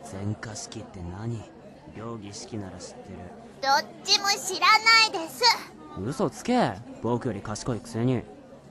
前科式って何？両儀式なら知ってる。 どっちも知らないです。 嘘つけ。僕より賢いくせに。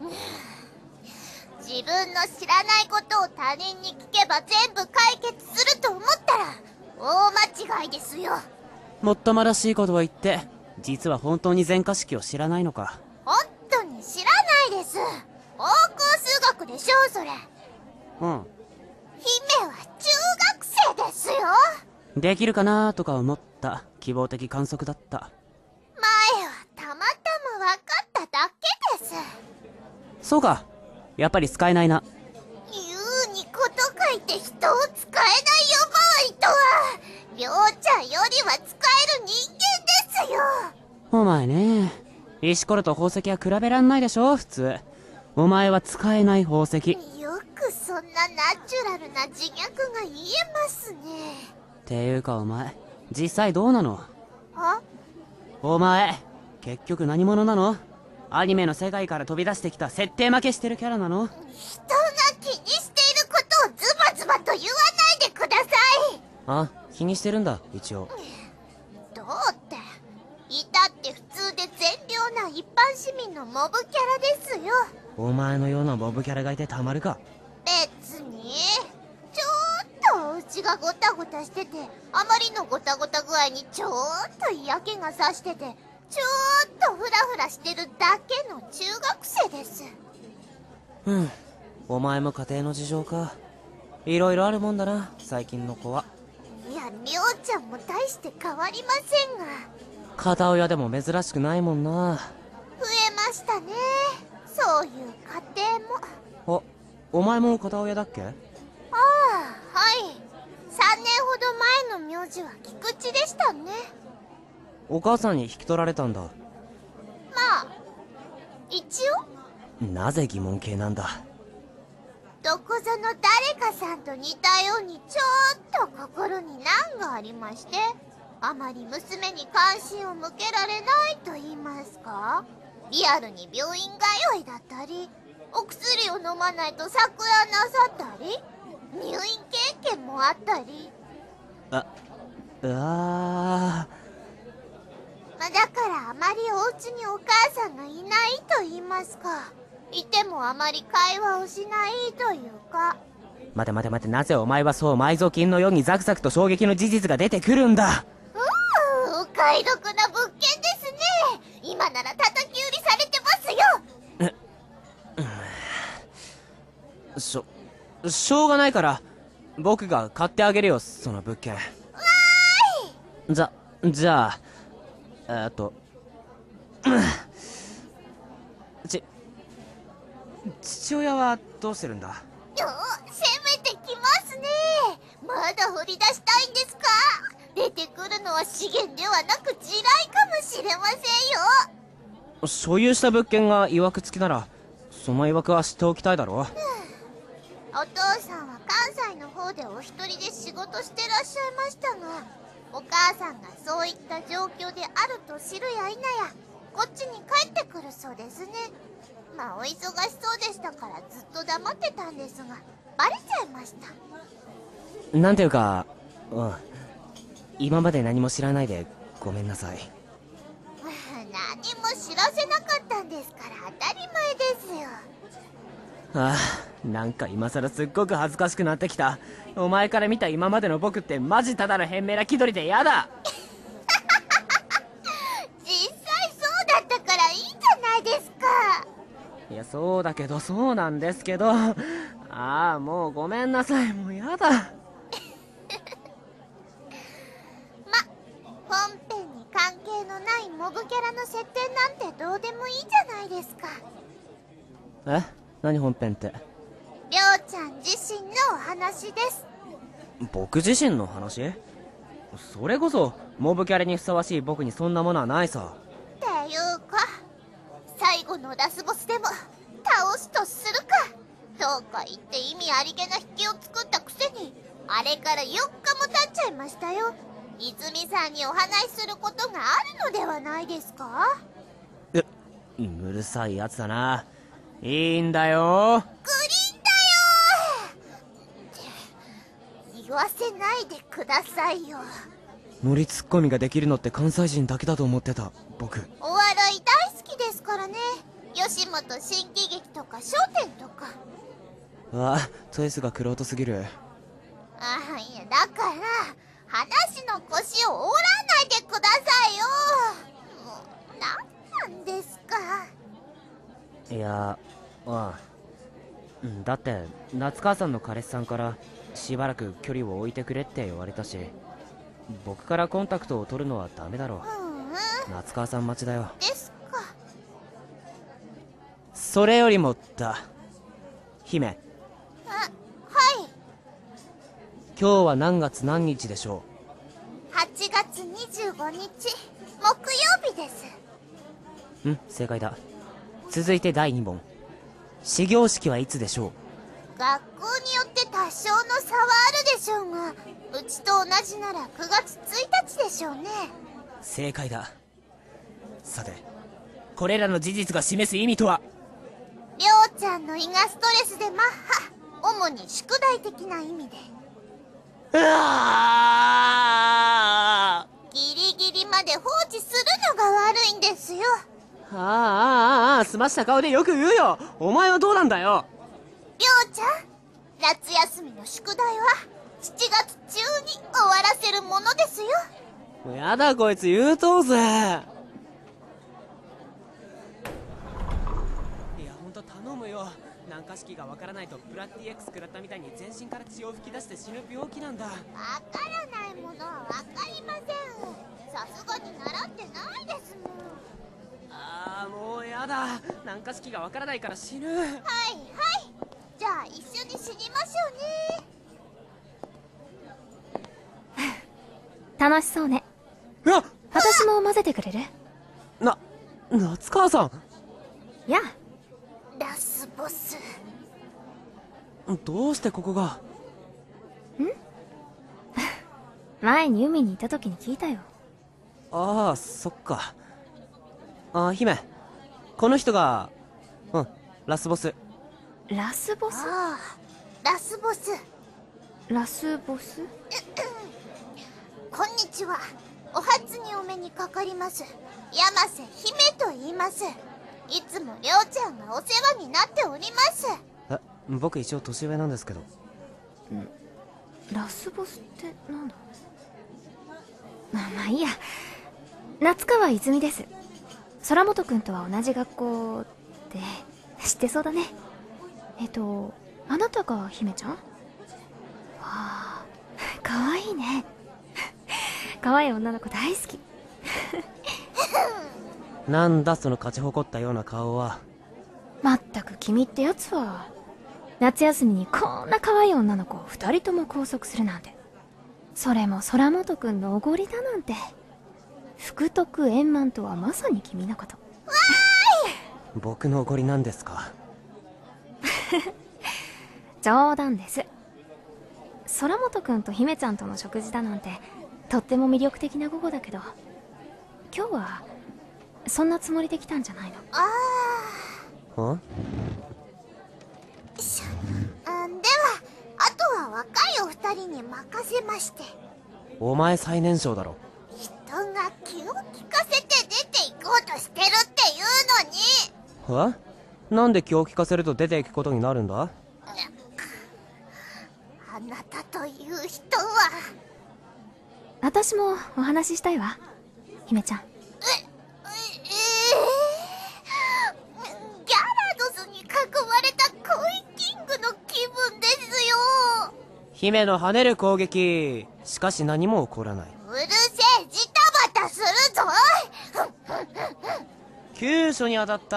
自分の知らないことを他人に聞けば全部解決すると思ったら大間違いですよ。 もっともらしいことを言って、実は本当に前科式を知らないのか。 本当に知らないです。高校数学でしょそれ。 うん。 姫は中学生ですよ。 できるかなとか思った希望的観測だった。 前はたまたま分かっただけです。 そうか、やっぱり使えないな。 言うにこと書いて人を使えない呼ばわりとは、りょうちゃんよりは使える人間ですよ。 お前ね、石ころと宝石は比べらんないでしょ普通。お前は使えない宝石。 よくそんなナチュラルな自虐が言えますね。 っていうかお前、実際どうなの？ あ？ お前、結局何者なの？アニメの世界から飛び出してきた設定負けしてるキャラなの？ 人が気にしていることをズバズバと言わないでください。 あ、気にしてるんだ、一応。 どうって、いたって普通で善良な一般市民のモブキャラですよ。 お前のようなモブキャラがいてたまるか。 別にちょっとお家がゴタゴタしてて、あまりのゴタゴタ具合にちょっと嫌気がさしてて、ちょっとフラフラしてるだけの中学生です。 お前も家庭の事情か。いろいろあるもんだな、最近の子は。 いや、りょうちゃんも大して変わりませんが。 片親でも珍しくないもんな。 増えましたね、そういう家庭も。 あ、お前も片親だっけ？ ああ、はい。3年ほど前の名字は菊池でしたね。 お母さんに引き取られたんだ。 まあ一応。 なぜ疑問系なんだ？ どこぞの誰かさんと似たようにちょっと心に難がありまして、あまり娘に関心を向けられないと言いますか、リアルに病院通いだったり、お薬を飲まないと錯乱なさったり、入院経験もあったり。 うわだからあまりお家にお母さんがいないと言いますか、いてもあまり会話をしないというか。 待て、なぜお前はそう埋蔵金のようにザクザクと衝撃の事実が出てくるんだ？ お買い得な物件ですね。今なら叩き売りされてますよ。 しょうがないから僕が買ってあげるよ、その物件。わーい。じゃあ父親はどうしてるんだ？ 攻めてきますね。まだ掘り出したいんですか？出てくるのは資源ではなく地雷かもしれませんよ。 所有した物件が曰く付きならその曰くは知っておきたいだろう。 お父さんは関西の方でお一人で仕事してらっしゃいましたが、お母さんがそういった状況であると知るや否やこっちに帰ってくるそうですね。まあお忙しそうでしたからずっと黙ってたんですが、バレちゃいました。 なんていうか、今まで何も知らないでごめんなさい。 何も知らせなかったんですから当たり前ですよ。 なんか今更すっごく恥ずかしくなってきた。お前から見た今までの僕ってマジただの変命な気取りでやだ。 実際そうだったからいいじゃないですか。 いやそうだけど、そうなんですけど、もうごめんなさい、もうやだ。 本編に関係のないモブキャラの設定なんてどうでもいいじゃないですか。 何本編って？ りょうちゃん自身のお話です。 僕自身の話？それこそモブキャラにふさわしい僕にそんなものはないさ。 っていうか、最後のラスボスでも倒すとするか。とか言って意味ありげな引きを作ったくせに、あれから4日も経っちゃいましたよ。泉さんにお話しすることがあるのではないですか？ うるさいやつだな。いいんだよ。 グリーンだよ。よわせないでくださいよ。 ノリツッコミができるのって関西人だけだと思ってた僕。 お笑い大好きですからね。吉本新喜劇とか笑点とか。 あ、チョイスが玄人すぎる。 いやだから話の腰を折らないでくださいよ。もうなんなんですか。 いや、だって夏川さんの彼氏さんからしばらく距離を置いてくれって言われたし、僕からコンタクトを取るのはダメだろう。夏川さん待ちだよ。 ですか。 それよりもだ、姫。 はい。 今日は何月何日でしょ 8月25日木曜日です。 正解だ。続いて第2問。始業式はいつでしょう。 学校によって多少の差はあるでしょうが、うちと同じなら9月1日でしょうね。 正解だ。さて、これらの事実が示す意味とは。 りょうちゃんの胃がストレスでマッハ、主に宿題的な意味で。ギリギリまで放置するのが悪いんですよ。 済ました顔でよく言うよ。お前はどうなんだよ。 りょうちゃん、夏休みの宿題は7月中に終わらせるものですよ。 やだこいつ言うとうぜ。いやほんと頼むよ。軟化式がわからないとブラッディ X 食らったみたいに全身から血を吹き出して死ぬ病気なんだ。わからないものはわかりません。さすがに習ってないですもん。 もうやだ。軟化式がわからないから死ぬ。 はいはい。じゃあ一緒に死にましょうね。 楽しそうね。私も混ぜてくれる？ 夏川さん。 やラスボス。 どうしてここが。 前に海にいた時に聞いたよ。 そっか。姫、この人がラスボス。 ラスボス？ ラスボス。 ラスボス？ こんにちは。お初にお目にかかります。山瀬姫と言います。いつもりょうちゃんがお世話になっております。 僕一応年上なんですけど。 ラスボスってなんだ？まあいいや。夏川泉です。空本くんとは同じ学校で知ってそうだね。あなたが姫ちゃん？わあ、かわいいね。かわいい女の子大好き。 なんだその勝ち誇ったような顔は。 まったく君ってやつは、夏休みにこんな可愛い女の子を2人とも拘束するなんて。それも空本くんのおごりだなんて。福徳円満とはまさに君のこと。 僕のおごりなんですか？ 冗談です。空本くんと姫ちゃんとの食事だなんてとっても魅力的な午後だけど、今日はそんなつもりで来たんじゃないの？ ではあとは若いお二人に任せまして。 お前最年少だろ。 人が気を利かせて出て行こうとしてるっていうのに。 なんで気を利かせると出ていくことになるんだ？ あなたという人は。 私もお話ししたいわ、姫ちゃん。 ギャラドスに囲まれた恋キングの気分ですよ。 姫の跳ねる攻撃。しかし何も起こらない。 うるせえ、ジタバタするぞ。 急所に当たった。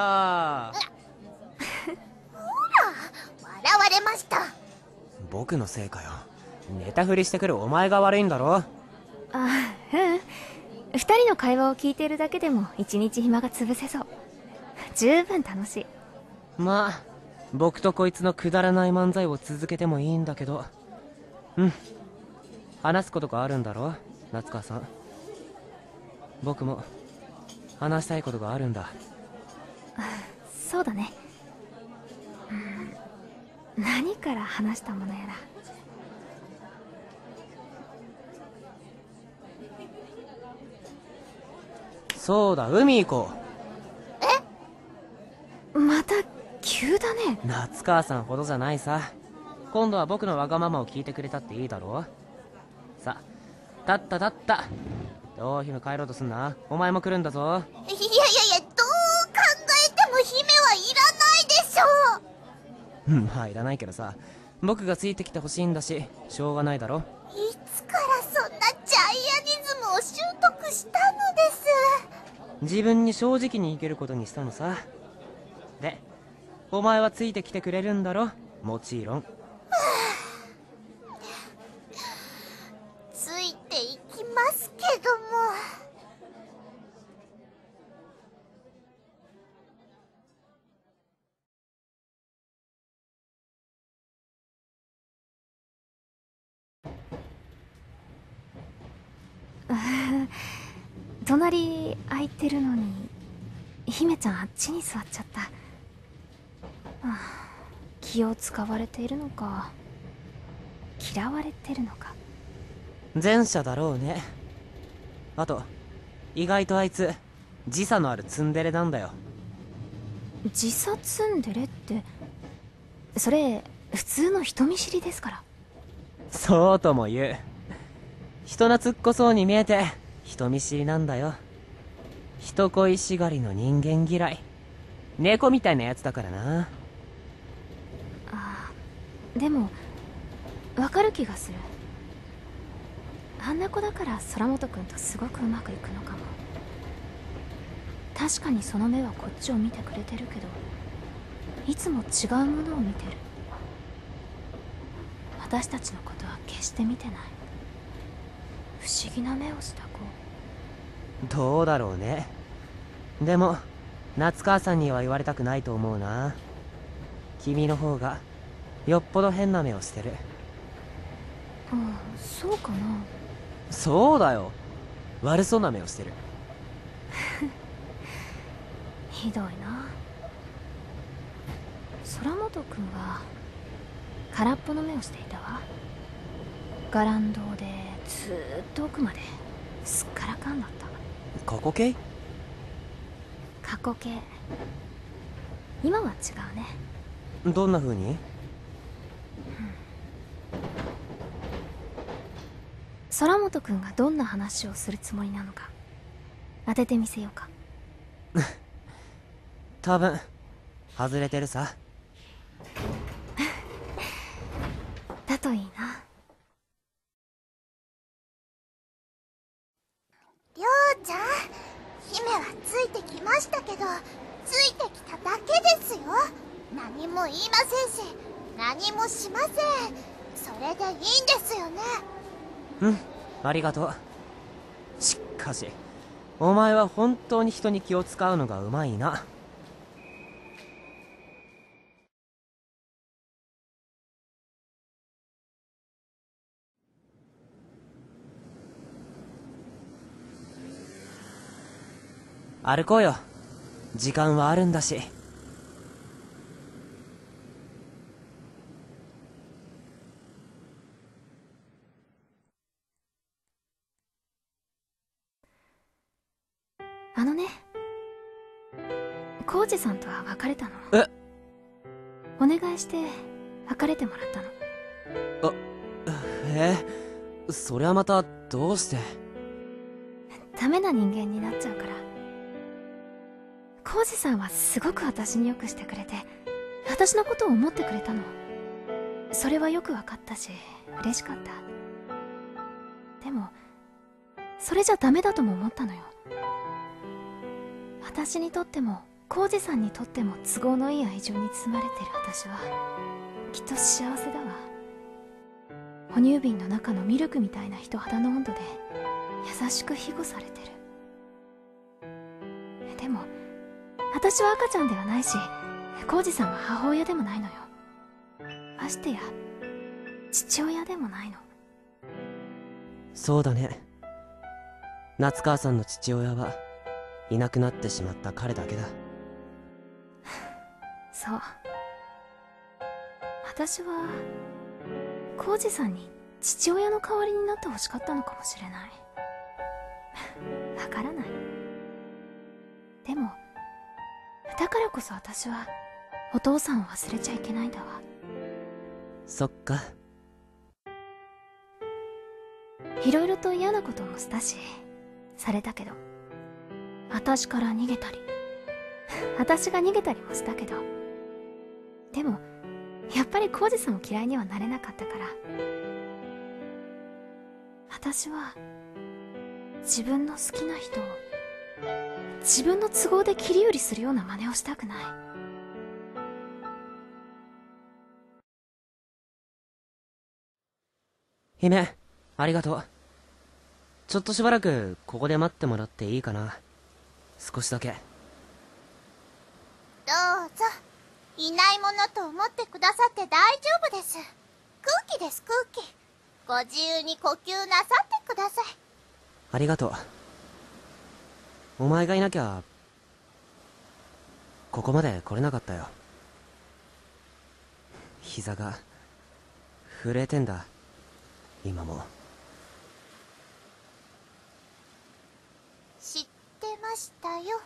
笑われました。 僕のせいかよ。寝たふりしてくるお前が悪いんだろ。 二人の会話を聞いているだけでも一日暇が潰せそう。十分楽しい。 まあ僕とこいつのくだらない漫才を続けてもいいんだけど。話すことがあるんだろ夏川さん。僕も話したいことがあるんだ。 そうだね。何から話したものやら。 そうだ、海行こまた急だね。 う。夏川さんほどじゃないさ。今度は僕のわがままを聞いてくれたっていいだろう。さ、立った立った。どう姫帰ろうとすんな。お前も来るんだぞ。 いやいやいや、どう考えても姫はいらないでしょうん、まあいらないけどさ、僕がついてきてほしいんだし、しょうがないだろ。 いつからそんなジャイアニズムを習得したのです。 自分に正直に生きることにしたのさ。で、お前はついてきてくれるんだろ。もちろん。 ついていきますけども。 隣空いてるのに姫ちゃんあっちに座っちゃった。気を使われているのか嫌われてるのか。 前者だろうね。あと、意外とあいつ時差のあるツンデレなんだよ。 時差ツンデレってそれ普通の人見知りですから。 そうとも言う。人懐っこそうに見えて人見知りなんだよ。人恋しがりの人間嫌い、猫みたいなやつだからな。 でもわかる気がする。あんな子だから空本君とすごくうまくいくのかも。確かにその目はこっちを見てくれてるけど、いつも違うものを見てる。私たちのことは決して見てない。不思議な目をした子。 どうだろうね。でも夏川さんには言われたくないと思うな。君の方がよっぽど変な目をしてる。 そうかな。 そうだよ、悪そうな目をしてる。 ひどいな。空本君は空っぽの目をしていたわ。伽藍堂でずーっと奥まですっからかんだった。 過去形？ 過去形。今は違うね。 どんな風に？ 空本君がどんな話をするつもりなのか当ててみせようか。 多分外れてるさ。 だといいな。 りょうちゃん、姫はついてきましたけど、ついてきただけですよ。何も言いませんし、何もしません。それでいいんですよね。 うん、ありがとう。しかしお前は本当に人に気を使うのがうまいな。歩こうよ、時間はあるんだし。 あのね、浩二さんとは別れたの。お願いして別れてもらったの。 そりゃまたどうして？ ダメな人間になっちゃうから。浩二さんはすごく私によくしてくれて、私のことを思ってくれたの。それはよく分かったし嬉しかった。でもそれじゃダメだとも思ったのよ。私にとっても浩二さんにとっても都合のいい愛情に包まれてる私はきっと幸せだわ。哺乳瓶の中のミルクみたいな人肌の温度で優しく庇護されてる。でも私は赤ちゃんではないし、浩二さんは母親でもないのよ。ましてや父親でもないの。 そうだね、夏川さんの父親はいなくなってしまった彼だけだ。 そう、私は浩二さんに父親の代わりになってほしかったのかもしれない。わからない。 でもだからこそ私はお父さんを忘れちゃいけないんだわ。 そっか。 いろいろと嫌なこともしたしされたけど、私から逃げたり私が逃げたりもしたけど、でもやっぱり浩二さんを嫌いにはなれなかったから、私は自分の好きな人を自分の都合で切り売りするような真似をしたくない。 姫、ありがとう。ちょっとしばらくここで待ってもらっていいかな。少しだけ。 どうぞ。いないものと思ってくださって大丈夫です。空気です、空気。ご自由に呼吸なさってください。 ありがとう。お前がいなきゃここまで来れなかったよ。膝が震えてんだ今も。 知ってましたよ。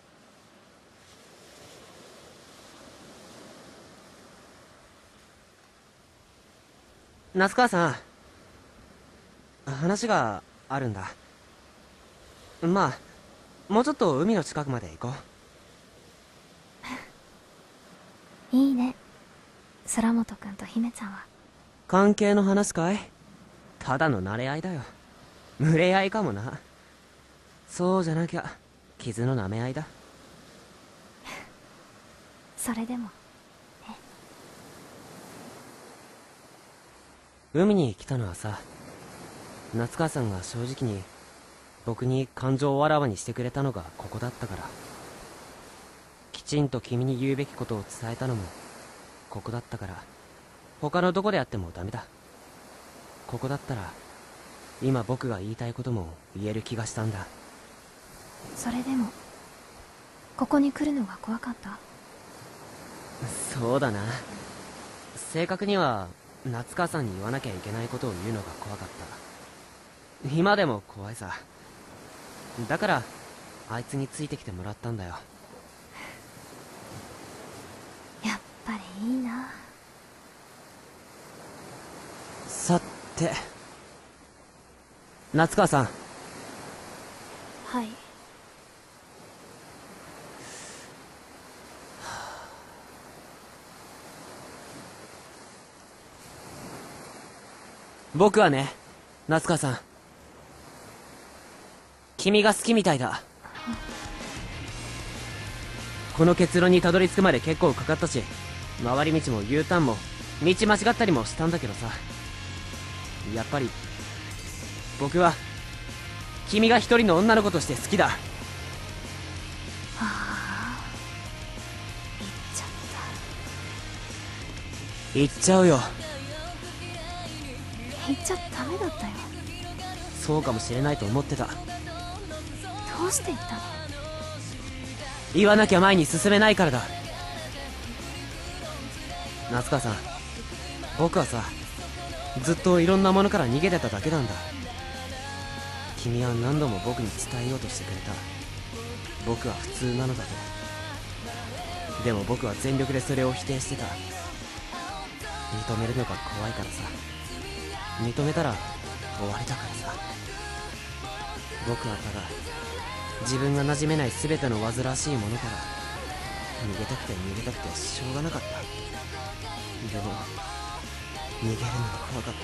夏川さん、話があるんだ。まあもうちょっと海の近くまで行こう。 いいね、空本くんと姫ちゃんは。 関係の話かい？ただの慣れ合いだよ。群れ合いかもな。そうじゃなきゃ傷の舐め合いだ。 それでも海に来たのはさ、夏川さんが正直に僕に感情をあらわにしてくれたのがここだったから。きちんと君に言うべきことを伝えたのもここだったから、他のどこでやってもダメだ。ここだったら今僕が言いたいことも言える気がしたんだ。 それでもここに来るのが怖かった？ そうだな。正確には夏川さんに言わなきゃいけないことを言うのが怖かった。今でも怖いさ。だからあいつについてきてもらったんだよ。 やっぱりいいな。 さて夏川さん。 はい。 僕はね、夏川さん、君が好きみたいだ。この結論にたどり着くまで結構かかったし、回り道も U ターンも道間違ったりもしたんだけどさ、やっぱり僕は君が一人の女の子として好きだ。 ああ、 言っちゃうよ。 言っちゃダメだったよ。 そうかもしれないと思ってた。 どうして言ったの？ 言わなきゃ前に進めないからだ。夏川さん、僕はさ、ずっといろんなものから逃げてただけなんだ。君は何度も僕に伝えようとしてくれた。僕は普通なのだと。でも僕は全力でそれを否定してた。認めるのが怖いからさ。認めたら終わりだからさ。僕はただ自分が馴染めない全ての煩わしいものから逃げたくて逃げたくてしょうがなかった。でも逃げるのが怖かった。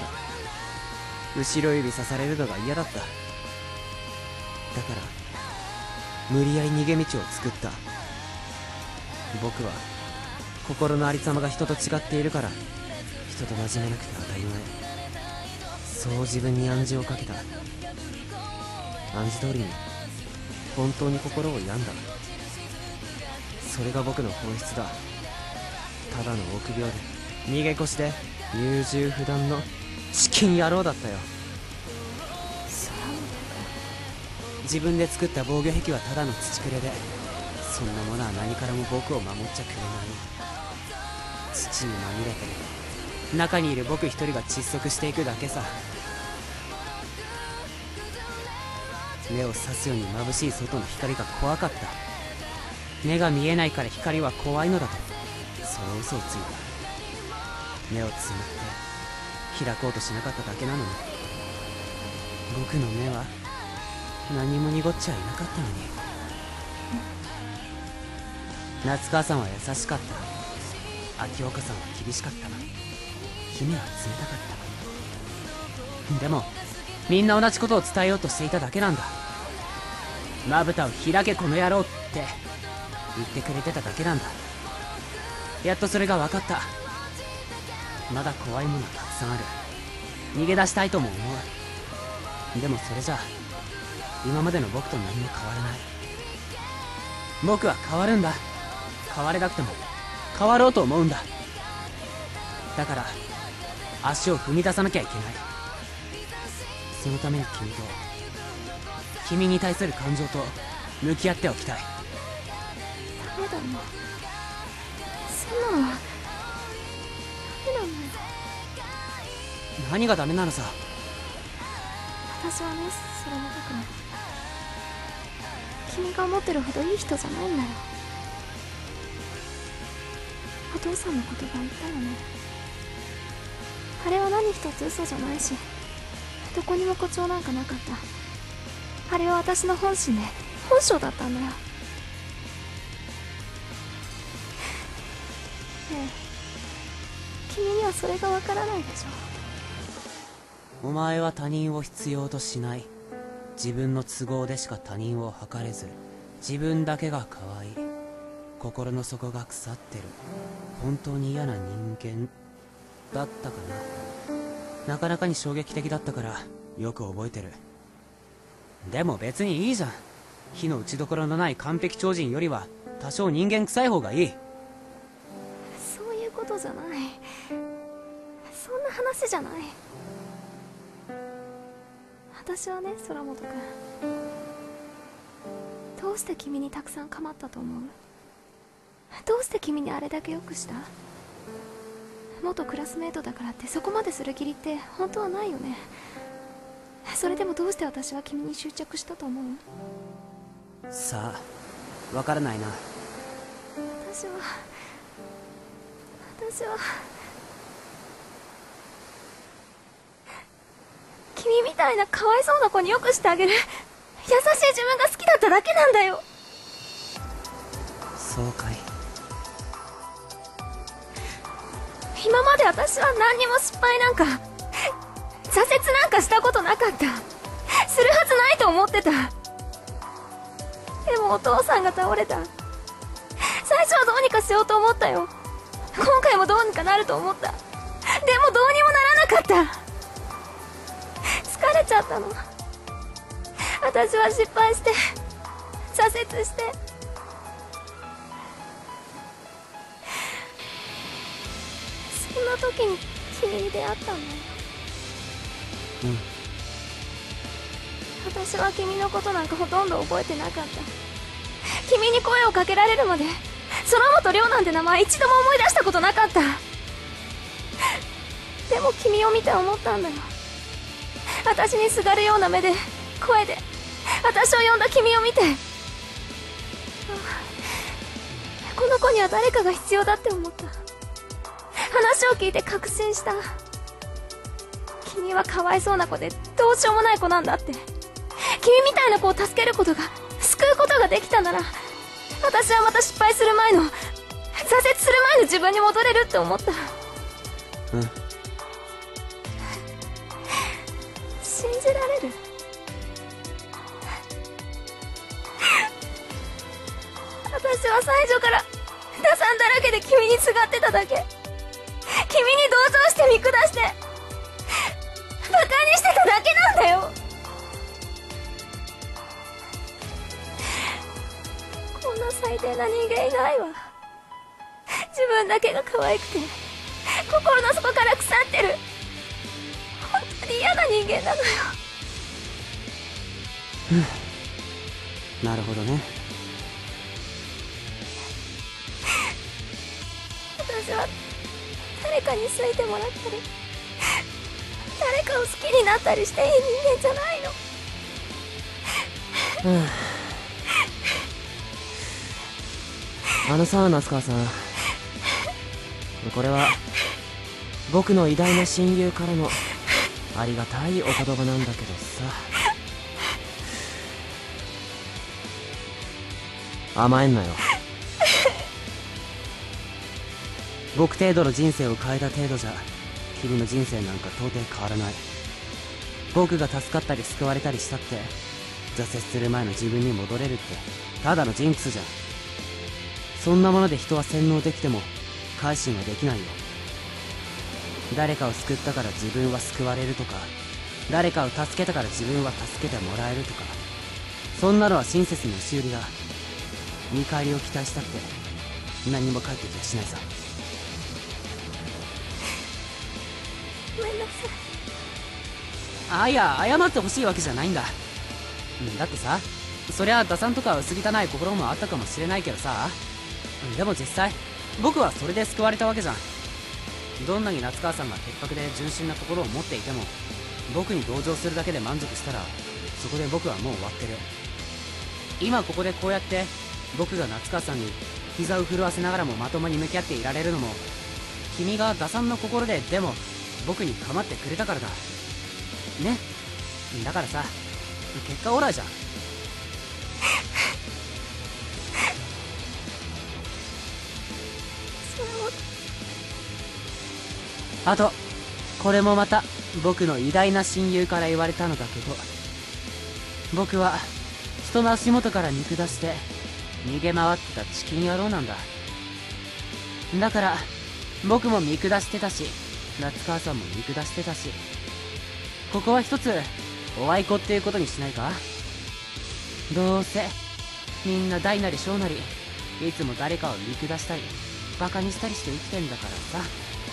後ろ指刺されるのが嫌だった。だから無理やり逃げ道を作った。僕は心のありさまが人と違っているから人と馴染めなくて当たり前、そう自分に暗示をかけた。暗示通りに本当に心を病んだ。それが僕の本質だ。ただの臆病で逃げ腰で優柔不断のチキン野郎だったよ。自分で作った防御壁はただの土くれで、そんなものは何からも僕を守っちゃくれない。土にまみれて中にいる僕一人が窒息していくだけさ。目を刺すように眩しい外の光が怖かった。 目が見えないから光は怖いのだと、そう嘘をついた。目をつむって開こうとしなかっただけなのに。僕の目は何も濁っちゃいなかったのに。夏川さんは優しかった。秋岡さんは厳しかった。君は冷たかった。でもみんな同じことを伝えようとしていただけなんだ。まぶたを開けこの野郎って言ってくれてただけなんだ。やっとそれが分かった。まだ怖いものはたくさんある。逃げ出したいとも思う。でもそれじゃ今までの僕と何も変わらない。僕は変わるんだ。変われなくても変わろうと思うんだ。だから足を踏み出さなきゃいけない。そのために君に対する感情と向き合っておきたい。 ダメだもん、そんなのはダメなんだよ。 何がダメなのさ。 私はね、空本君、君が思ってるほどいい人じゃないんだよ。お父さんの言葉言ったよね。あれは何一つ嘘じゃないし、どこにも誇張なんかなかった。あれは私の本心で本性だったんだよ。ねえ、君にはそれがわからないでしょ。 お前は他人を必要としない。自分の都合でしか他人を測れず、自分だけが可愛い。心の底が腐ってる。本当に嫌な人間だったかな。なかなかに衝撃的だったからよく覚えてる。でも別にいいじゃん。火の打ちどころのない完璧超人よりは多少人間臭い方がいい。 そういうことじゃない。そんな話じゃない。私はね、空本君、どうして君にたくさん構ったと思う？どうして君にあれだけよくした？元クラスメートだからってそこまでする義理って本当はないよね。それでもどうして私は君に執着したと思う？ さあ、わからないな。 私は君みたいなかわいそうな子によくしてあげる優しい自分が好きだっただけなんだよ。 そうかい。 今まで私は何にも失敗なんか挫折なんかしたことなかった。するはずないと思ってた。でもお父さんが倒れた。最初はどうにかしようと思ったよ。今回もどうにかなると思った。でもどうにもならなかった。疲れちゃったの。私は失敗して挫折して、そんな時に君に出会ったんだよ。私は君のことなんかほとんど覚えてなかった。君に声をかけられるまで空本亮なんて名前一度も思い出したことなかった。でも君を見て思ったんだよ。私にすがるような目で声で私を呼んだ君を見て、この子には誰かが必要だって思った。話を聞いて確信した。君はかわいそうな子でどうしようもない子なんだって。君みたいな子を助けることが、救うことができたなら、私はまた失敗する前の、挫折する前の自分に戻れるって思った。信じられる？私は最初から打算だらけで君にすがってただけ。君に同情して見下してバカにしてただけなんだよ。こんな最低な人間いないわ。自分だけが可愛くて心の底から腐ってる本当に嫌な人間なのよ。 なるほどね。 私は誰かに好いてもらったり誰かを好きになったりしていい人間じゃないの。 夏川さん、これは僕の偉大な親友からのありがたいお言葉なんだけどさ、甘えんなよ。僕程度の人生を変えた程度じゃ君の人生なんか到底変わらない。僕が助かったり救われたりしたって挫折する前の自分に戻れるってただのジンクスじゃん。そんなもので人は洗脳できても改心はできないよ。誰かを救ったから自分は救われるとか、誰かを助けたから自分は助けてもらえるとか、そんなのは親切に押し売りだ。見返りを期待したって何も返ってきやしないさ。 ごめんなさい。 いや、謝ってほしいわけじゃないんだ。だってさ、そりゃ打算とか薄汚い心もあったかもしれないけどさ、でも実際僕はそれで救われたわけじゃん。どんなに夏川さんが潔白で純真な心を持っていても、僕に同情するだけで満足したらそこで僕はもう終わってる。今ここでこうやって僕が夏川さんに膝を震わせながらもまともに向き合っていられるのも、君が打算の心ででも僕に構ってくれたからだね。だからさ、結果オーライじゃん。あとこれもまた僕の偉大な親友から言われたのだけど、僕は人の足元から見下して逃げ回ってたチキン野郎なんだ。だから僕も見下してたし、夏川さんも見下してたし、ここは一つおあいこっていうことにしないか。どうせみんな大なり小なりいつも誰かを見下したりバカにしたりして生きてんだからさ。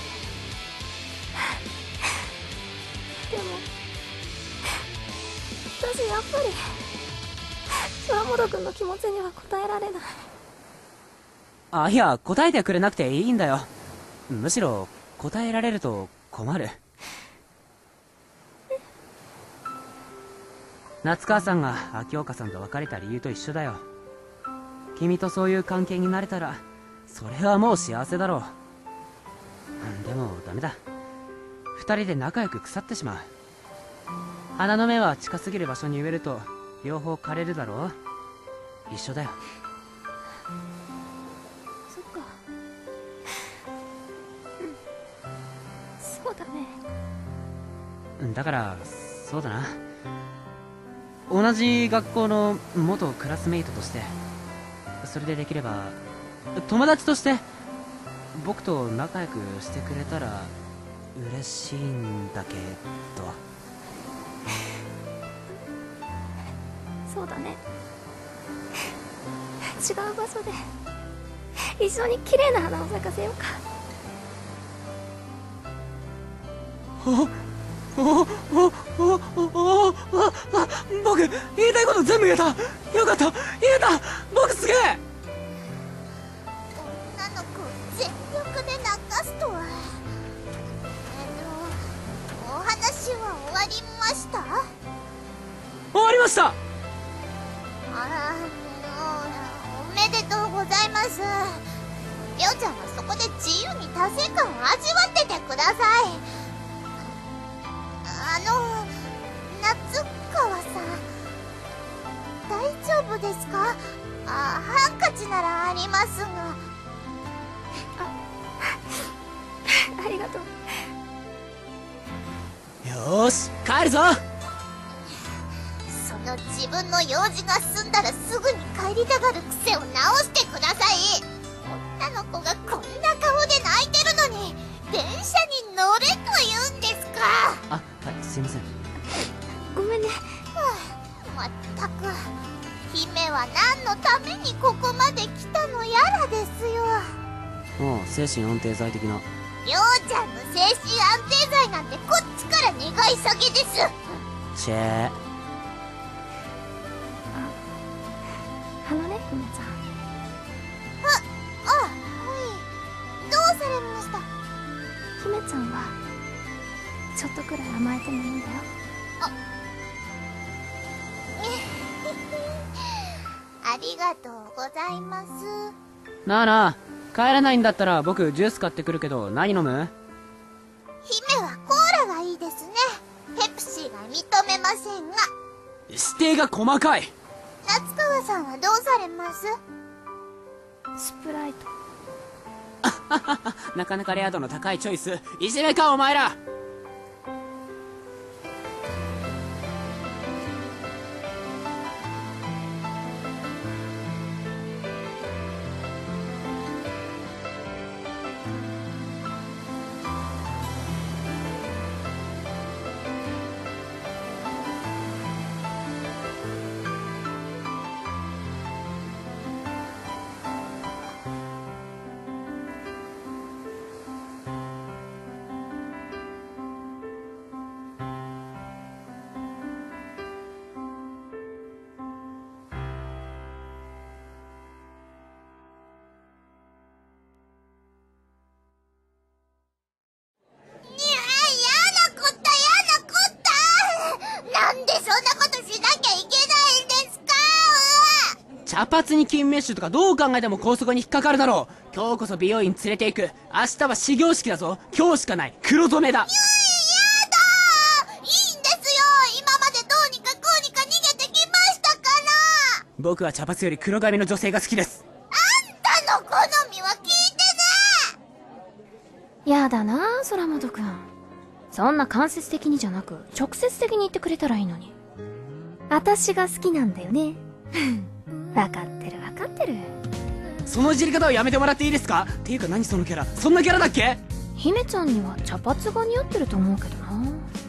でも私やっぱり空本君の気持ちには応えられない。 いや、答えてくれなくていいんだよ。むしろ答えられると困る。夏川さんが秋岡さんと別れた理由と一緒だよ。君とそういう関係になれたらそれはもう幸せだろう。でもダメだ、二人で仲良く腐ってしまう。花の芽は近すぎる場所に植えると両方枯れるだろう。一緒だよ。 そっか。そうだね。 だからそうだな、同じ学校の元クラスメイトとして、それでできれば友達として僕と仲良くしてくれたら嬉しいんだけど。 そうだね。違う場所で一緒に綺麗な花を咲かせようか。 僕言いたいこと全部言えた。よかった、言えた。僕すげえ。 女の子を全力で泣かすとは。お話は終わりました？ 終わりました。 おめでとうございます。りょうちゃんはそこで自由に達成感を味わっててください。夏川さん、大丈夫ですか？ハンカチならありますが。 ありがとう。 よーし帰るぞ。 その自分の用事が済んだらすぐに帰りたがる癖を直してください。女の子がこんな顔で泣いてるのに電車に乗れと言うんですか？ はい、すいません。 ごめんね。 まったく、姫は何のためにここまで来たのやらですよ。 もう精神安定剤的な。 りょうちゃんの精神安定剤なんてこっちから願い下げです。 チェー。 姫ちゃん。 はい。どうされました？ 姫ちゃんはちょっとくらい甘えてもいいんだよ。 ありがとうございます。 なあなあ、帰らないんだったら僕ジュース買ってくるけど何飲む？ 姫はコーラがいいですね。ペプシーが認めませんが。 指定が細かい。 夏川さんはどうされます？ スプライト。 なかなかレア度の高いチョイス。いじめかお前ら。 なんでそんなことしなきゃいけないんですか？ 茶髪に金メッシュとかどう考えても校則に引っかかるだろう。今日こそ美容院連れて行く。明日は始業式だぞ。今日しかない黒染めだ。 いいんですよ。今までどうにかこうにか逃げてきましたから。 僕は茶髪より黒髪の女性が好きです。 あんたの好みは聞いてね。 やだな空本くん。そんな間接的にじゃなく直接的に言ってくれたらいいのに。私が好きなんだよね。分かってる分かってる。 そのいじり方をやめてもらっていいですか？っていうか何そのキャラ、そんなキャラだっけ？ 姫ちゃんには茶髪が似合ってると思うけどな。 ほら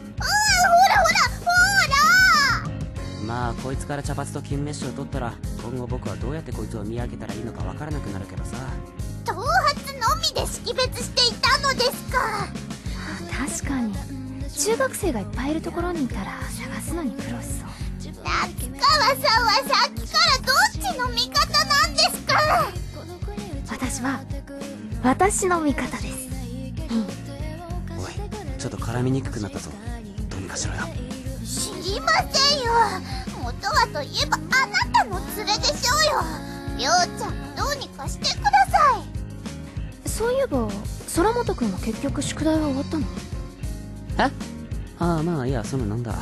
まあこいつから茶髪と金メッシュを取ったら今後僕はどうやってこいつを見分けたらいいのかわからなくなるけどさ。 頭髪のみで識別していたのですか？ 確かに中学生がいっぱいいるところにいたら探すのに苦労しそう。 夏川さんはさっきからどっちの味方なんですか？ 私は私の味方です。 おい、ちょっと絡みにくくなったぞ。どうにかしろよ。 知りませんよ。元はといえばあなたの連れでしょうよ。りょうちゃんどうにかしてください。 そういえば空本くんは結局宿題は終わったの？ え？ああ、まあいや、そのなんだ。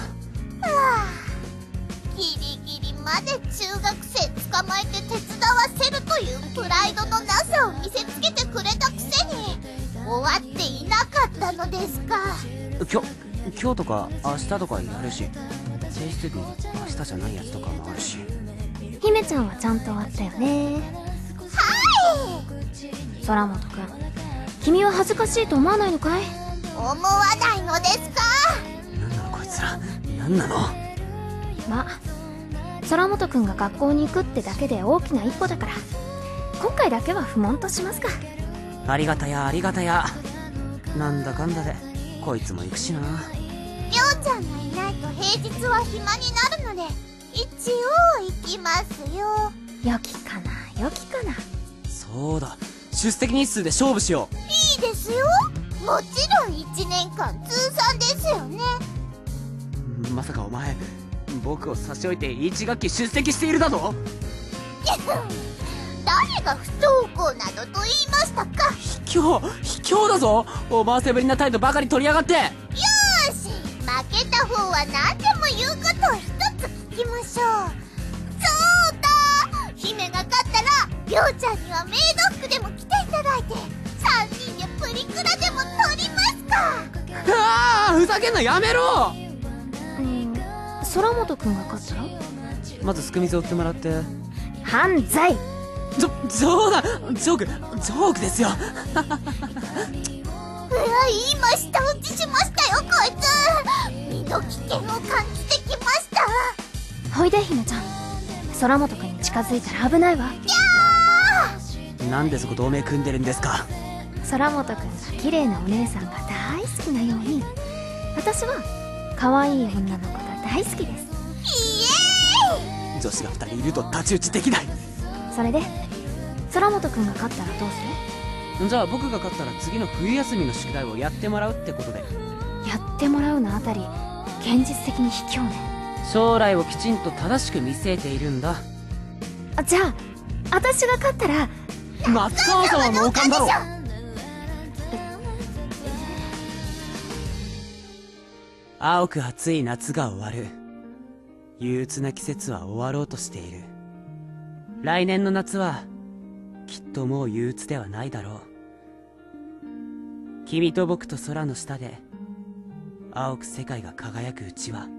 ギリギリまで中学生捕まえて手伝わせるというプライドのなさを見せつけてくれたくせに終わっていなかったのですか？ 今日とか明日とかやるし、提出日明日じゃないやつとかもあるし。 姫ちゃんはちゃんと終わったよね。 はい。 空本くん、君は恥ずかしいと思わないのかい？ 思わないのですか？ なんなのこいつら、なんなの？ まあ空本くんが学校に行くってだけで大きな一歩だから今回だけは不問としますか。 ありがたやありがたや。なんだかんだでこいつも行くしな。 りょうちゃんがいないと平日は暇になるので一応行きますよ。 良きかな良きかな。 そうだ、出席日数で勝負しよう。 いいですよ。もちろん1年間通算ですよね。 まさかお前僕を差し置いて1学期出席しているだと？ 誰が不登校などと言いましたか？ 卑怯だぞ。思わせぶりな態度ばかり取りやがって。 よーし、負けた方は何でも言うことを一つ聞きましょう。そうだ、姫が勝ったらりょうちゃんにはメイド服でも着ていただいて3人でプリクラでも撮りますか？ ああ、ふざけんのやめろ。 空本くんが勝ったらまずすく水を売ってもらって。 犯罪。 冗談、ジョークですよ。 今舌打ちしましたよこいつ。身の危険を感じてきました。 ほいで姫ちゃん、空本くんに近づいたら危ないわ。 なんでそこ同盟組んでるんですか？ 空本くんが綺麗なお姉さんが大好きなように私は可愛い女の子が大好きです。 イエーイ。 女子が2人いると太刀打ちできない。 それで空本くんが勝ったらどうすじゃあ僕が勝ったら次の冬休みの宿題をやってもらうってことで。 る？やってもらうのあたり現実的に卑怯ね。 将来をきちんと正しく見据えているんだ。 じゃあ私が勝ったら夏川さんは農館だろ。青く暑い夏が終わる。憂鬱な季節は終わろうとしている。来年の夏はきっともう憂鬱ではないだろう。君と僕と空の下で青く世界が輝くうちは